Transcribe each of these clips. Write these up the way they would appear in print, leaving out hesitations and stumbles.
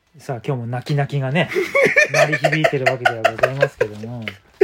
さあ今日も泣き泣きがね鳴り響いてるわけではございますけども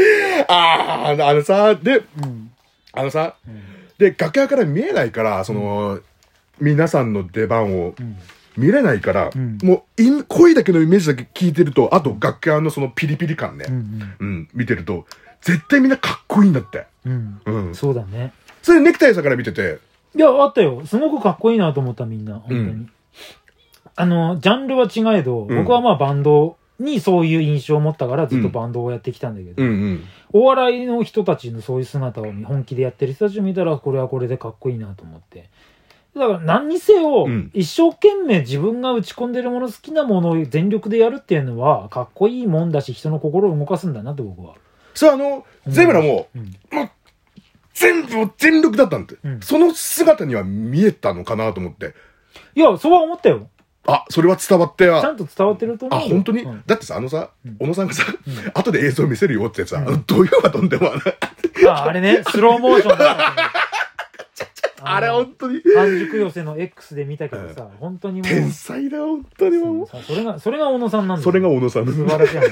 さで、 うん、 で楽屋から見えないからその、皆さんの出番を見れないから、もう声だけのイメージだけ聞いてると、あと楽屋のそのピリピリ感ね、見てると絶対みんなかっこいいんだって。 そうだね。 それネクタイさんから見てて、 いやあったよ。すごくかっこいいなと思ったみんな本当に。ジャンルは違えど、僕はまあバンドにそういう印象を持ったからずっとバンドをやってきたんだけど、お笑いの人たちのそういう姿を本気でやってる人たちを見たらこれはこれでかっこいいなと思って。だから何にせよ、一生懸命自分が打ち込んでるもの好きなものを全力でやるっていうのはかっこいいもんだし人の心を動かすんだなって僕は。 ゼブラも、全部全力だったんで、その姿には見えたのかなと思って。いやそうは思ったよ。 それは伝わってちゃんと伝わってると思うよ。 本当に、だってさ小野さんがさ、後で映像見せるよってさ、土曜はとんでもないあれねスローモーションだったあれ本当に半熟寄せの X で見たけどさ、本当にもう天才だよ本当にもう。 それが小野さんなんだよ。 それが小野さん。 素晴らしい話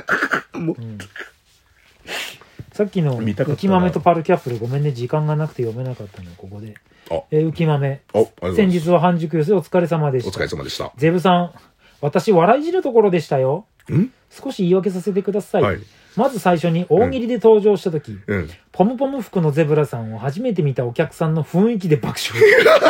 さっきの浮豆とパルキャップルごめんね時間がなくて読めなかったのここで。浮豆先日は半熟寄せお疲れ様でした。 お疲れ様でした。 ゼブさん私笑いじるところでしたよ。少し言い訳させてください。まず最初に大喜利で登場した時、ポムポム服のゼブラさんを初めて見たお客さんの雰囲気で爆笑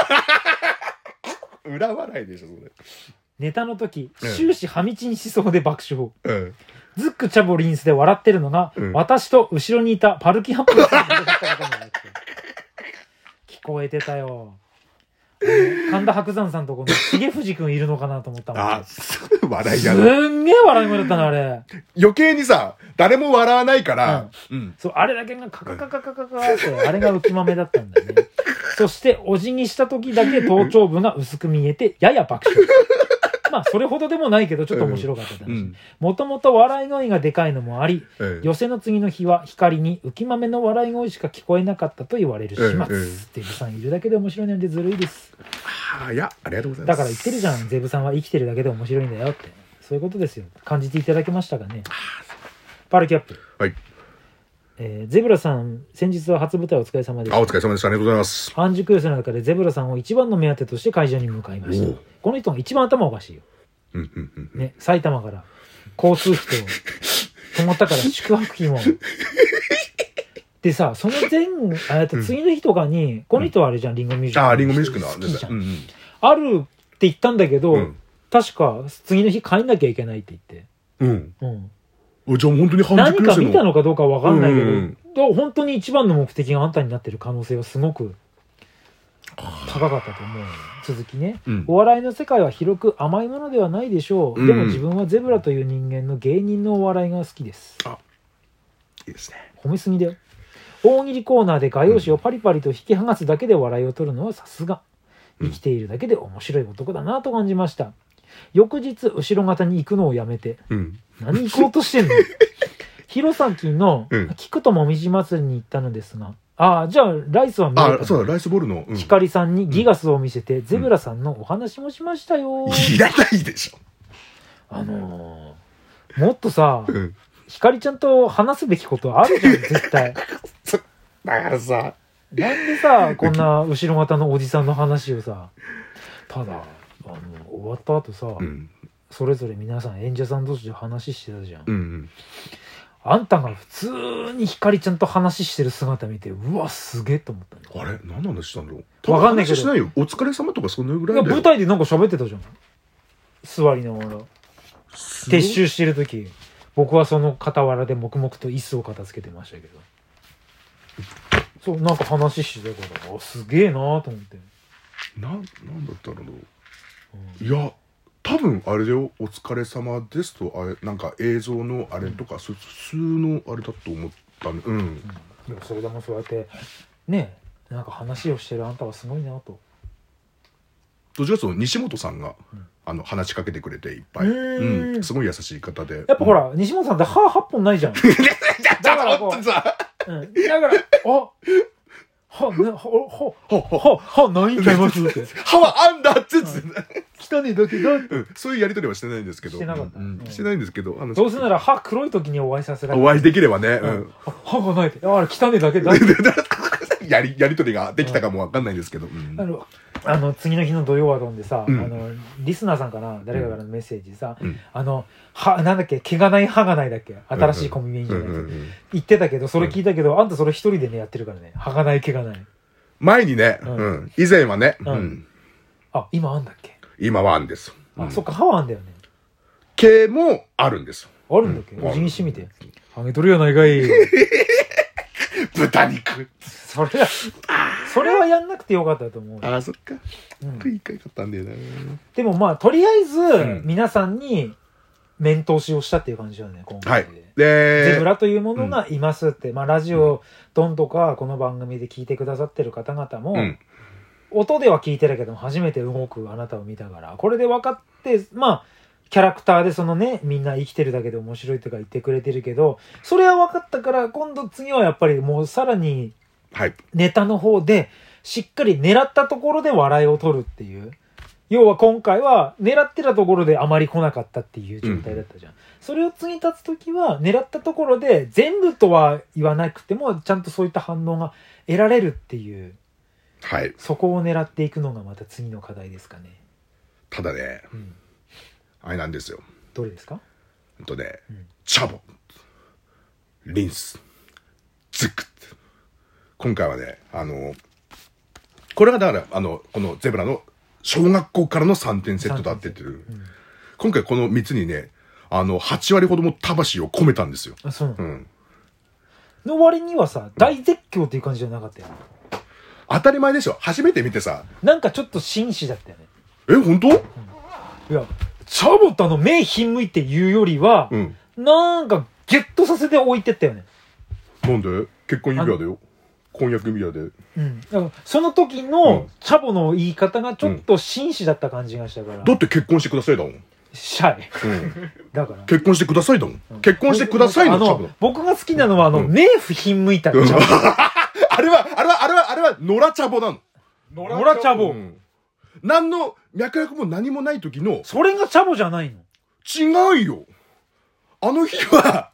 裏笑いでしょそれ。 ネタの時、終始はみちんしそうで爆笑、ズックチャボリンスで笑ってるのが、私と後ろにいたパルキハップルさんだったことになって聞こえてたよ。神田伯山さんとこの重藤君いるのかなと思ったもん。 笑いだな。 すんげえ笑い声だったなあれ。 余計にさ誰も笑わないから、 そうあれだけがカカカカカカカってあれが浮き豆だったんだね。そしてお辞儀した時だけ頭頂部が薄く見えてやや爆笑。まあそれほどでもないけどちょっと面白かった話。もともと笑い声がでかいのもあり、寄せの次の日は光に浮き豆の笑い声しか聞こえなかったと言われる始末。ゼブさんいるだけで面白いなんてずるいです。 いやありがとうございます。 だから言ってるじゃん、ゼブさんは生きてるだけで面白いんだよって。そういうことですよ。感じていただけましたかね。パルキャップ。ゼブラさん先日は初舞台お疲れ様でした。 お疲れ様でした。ありがとうございます。 半熟寄せの中でゼブラさんを一番の目当てとして会場に向かいました。この人が一番頭おかしいよ、ね、埼玉から交通費と泊まったから宿泊費もでさ、その次の日とかにこの人はあれじゃん、リンゴミュージック。 リンゴミュージックの好きじゃん、あるって言ったんだけど、確か次の日帰んなきゃいけないって言って、 じゃあ本当に半熟寄せの何か見たのかどうかわかんないけど、本当に一番の目的があんたになってる可能性はすごく高かったと思う。続きね、お笑いの世界は広く甘いものではないでしょう、でも自分はゼブラという人間の芸人のお笑いが好きです。 いいですね。 褒めすぎだよ。大喜利コーナーで画用紙をパリパリと引き剥がすだけで笑いを取るのはさすが生きているだけで面白い男だなと感じました。翌日後ろ方に行くのをやめて、何行こうとしてんの弘前の菊ともみじ祭りに行ったのですが、じゃあライスは見えた。 そうだ、ライスボールの光さんにギガスを見せて、ゼブラさんのお話もしましたよ。 いらないでしょ。 もっとさ、光ちゃんと話すべきことあるじゃん絶対。 だからさ、 なんでさこんな後ろ方のおじさんの話をさ、ただ終わった後さ、それぞれ皆さん演者さん同士で話してたじゃん、あんたが普通に光ちゃんと話してる姿見て、うわすげえと思ったんだ。 あれ何の話したんだろう。わかんないけど話しないよ。お疲れ様とかそのぐらいだよ。 舞台でなんか喋ってたじゃん、座りながら撤収してる時。僕はその傍らで黙々と椅子を片付けてましたけど、そうなんか話してたから、すげえなーと思って。 なんだったろう、いや多分あれだよ、お疲れ様ですとあれなんか映像のあれとか、普通のあれだと思ったね。 でもそれでもそうやってね、なんか話をしてるあんたはすごいなと。 どちらかというと西本さんが、話しかけてくれていっぱい、すごい優しい方で。 やっぱほら、西本さんって歯8本ないじゃん。だからこう、だから歯ないんちゃいますって。 歯はあんだって。 汚ねえだけだって。 そういうやりとりはしてないんですけど。 してなかった。 してないんですけど、 どうせなら歯黒い時にお会いさせられる。 お会いできればね。 歯がないって。あれ汚ねえだけだって。 やりとりができたかもわかんないですけど。 次の日の土曜ワドンでさ、リスナーさんかな、誰かからのメッセージさ、なんだっけ、毛がない歯がないだっけ、新しいコンビニじゃない言ってたけど、それ聞いたけど、あんたそれ一人でね、やってるからね。歯がない毛がない。 前にね、以前はね、 あ、今あんだっけ？ 今はあんです。 あ、そっか、歯はあんだよね。 毛もあるんです。 あるんだっけ？お辞儀してみて。ハゲとるやないかい。 豚肉。 それはやんなくてよかったと思う。 あ、そっか。食いかよかったんだよな。 でもまあ、とりあえず、皆さんに面通しをしたっていう感じだよね、今回で。ゼブラというものがいますって。まあ、ラジオ、ドンとか、この番組で聞いてくださってる方々も、音では聞いてるけども、初めて動くあなたを見たから、これで分かって、まあ、キャラクターでそのね、みんな生きてるだけで面白いとか言ってくれてるけど、それは分かったから、今度次はやっぱりもうさらに、ネタの方で、しっかり狙ったところで笑いを取るっていう。要は今回は狙ってたところであまり来なかったっていう状態だったじゃん。それを次立つときは狙ったところで全部とは言わなくてもちゃんとそういった反応が得られるっていう。 はい。 そこを狙っていくのがまた次の課題ですかね。 ただね、あれなんですよ。 どれですか？ チャボ、リンス、ズク。今回はね、これがだから、このゼブラの小学校からの3点セットだって言ってる。今回この3つにね、8割ほども魂を込めたんですよ。 あ、そうなの？の割にはさ、大絶叫っていう感じじゃなかったよね。 当たり前でしょ。初めて見てさ。 なんかちょっと紳士だったよね。 本当？ いや、チャボタの目ひんむいて言うよりは、なんかゲットさせて置いてったよね。 なんで？結婚指輪だよ。婚約指輪で。 だからその時のチャボの言い方がちょっと紳士だった感じがしたから。 だって結婚してくださいだもん。 シャイ。だから。 結婚してくださいだもん。結婚してくださいのチャボ。 僕が好きなのは目ひんむいたチャボ。 あれは野良チャボなの。 野良チャボ。 何の脈絡も何もない時の。 それがチャボじゃないの？ 違うよ。あの日は、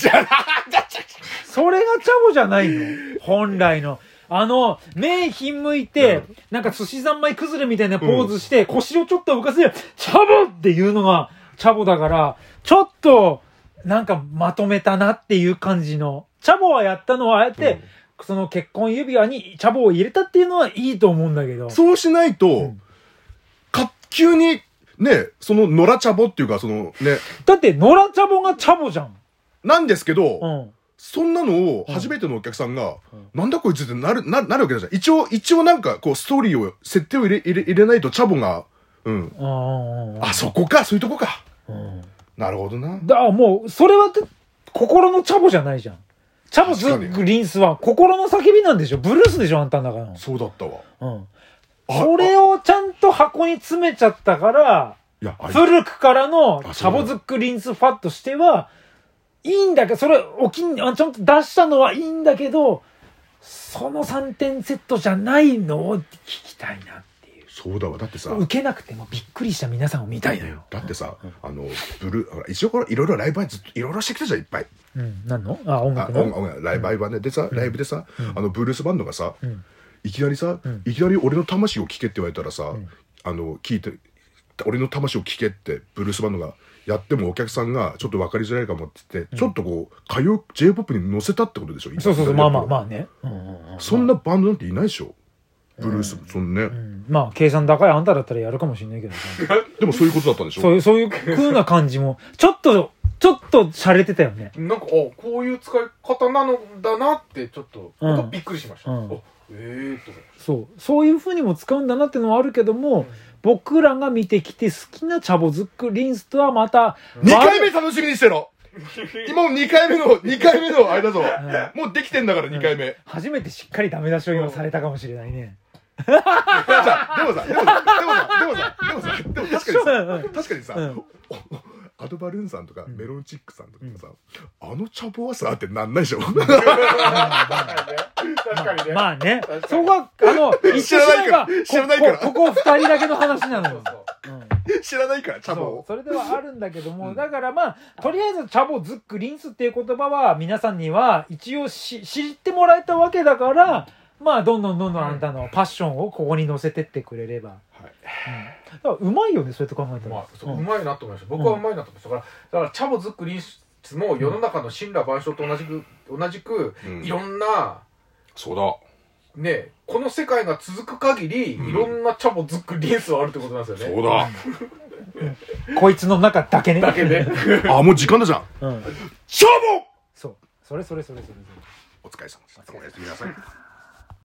それがチャボじゃないの？本来の。目ひんむいて、なんか寿司三昧崩れみたいなポーズして、腰をちょっと浮かせて、チャボっていうのがチャボだから、ちょっと、なんかまとめたなっていう感じの。チャボはやったのは、あえて、その結婚指輪にチャボを入れたっていうのはいいと思うんだけど。 そうしないと、急に、ね、その野良チャボっていうか、そのね。 だって野良チャボがチャボじゃん。 なんですけど、そんなのを初めてのお客さんが、なんだこいつってなるわけじゃん。一応なんかこうストーリーを、設定を入れないとチャボが、そこか、そういうとこか。なるほどな。 もう、それは心のチャボじゃないじゃん。チャボズックリンスは心の叫びなんでしょ？ブルースでしょ？あんたの中の。 そうだったわ。 それをちゃんと箱に詰めちゃったから、古くからのチャボズックリンスファンとしては、いいんだけど、それ、ちゃんと出したのはいいんだけど、その3点セットじゃないのを聞きたいなっていう。 そうだわ。だってさ、 受けなくてもびっくりした皆さんを見たいのよ。 だってさ、一応これいろいろライブはずっといろいろしてきたじゃん、いっぱい。 何の？音楽の？ ライブはね。でさ、ライブでさ、ブルースバンドがさ、いきなり俺の魂を聴けって言われたらさ、聞いて、俺の魂を聴けってブルースバンドがやってもお客さんがちょっと分かりづらいかもって言って、ちょっとこう歌謡 J-POP に乗せたってことでしょ？ そう、まあね。 そんなバンドなんていないでしょ？ブルース、そのね。 まあ計算高いあんただったらやるかもしれないけどでもそういうことだったんでしょ？ そういう風な感じもちょっと洒落てたよね。 なんかこういう使い方なのだなってちょっとびっくりしました。 そういう風にも使うんだなっていうのはあるけども、僕らが見てきて好きなチャボズックリンスとはまた 2回目楽しみにしてろ。今も2回目のあれだぞ。もうできてんだから2回目。 初めてしっかりダメ出しを今されたかもしれないね。 じゃあでも確かにさ、アドバルーンさんとかメロンチックさんとかさ、あのチャボはさってなんないでしょ？確かにね。 まあね。そこは知らないから。ここ2人だけの話なのよ。 知らないから、チャボを。 それではあるんだけども、だからまあ、とりあえずチャボ、ズック、リンスっていう言葉は皆さんには一応知ってもらえたわけだから、まあ、どんどんあんたのパッションをここに乗せてってくれれば。はい。だからうまいよね、そうやって考えたら。 うまいなと思いました。僕はうまいなと思いました。だからチャボ、ズック、リンスも世の中の神羅万象と同じく、いろんな、 そうだ。 ね、この世界が続く限り、いろんなチャボ、ズック、リンスはあるってことなんですよね。 そうだ。 こいつの中だけね。 だけね。 あ、もう時間だじゃん。チャボ！ そう。それ。 お疲れ様です。おやすみなさい。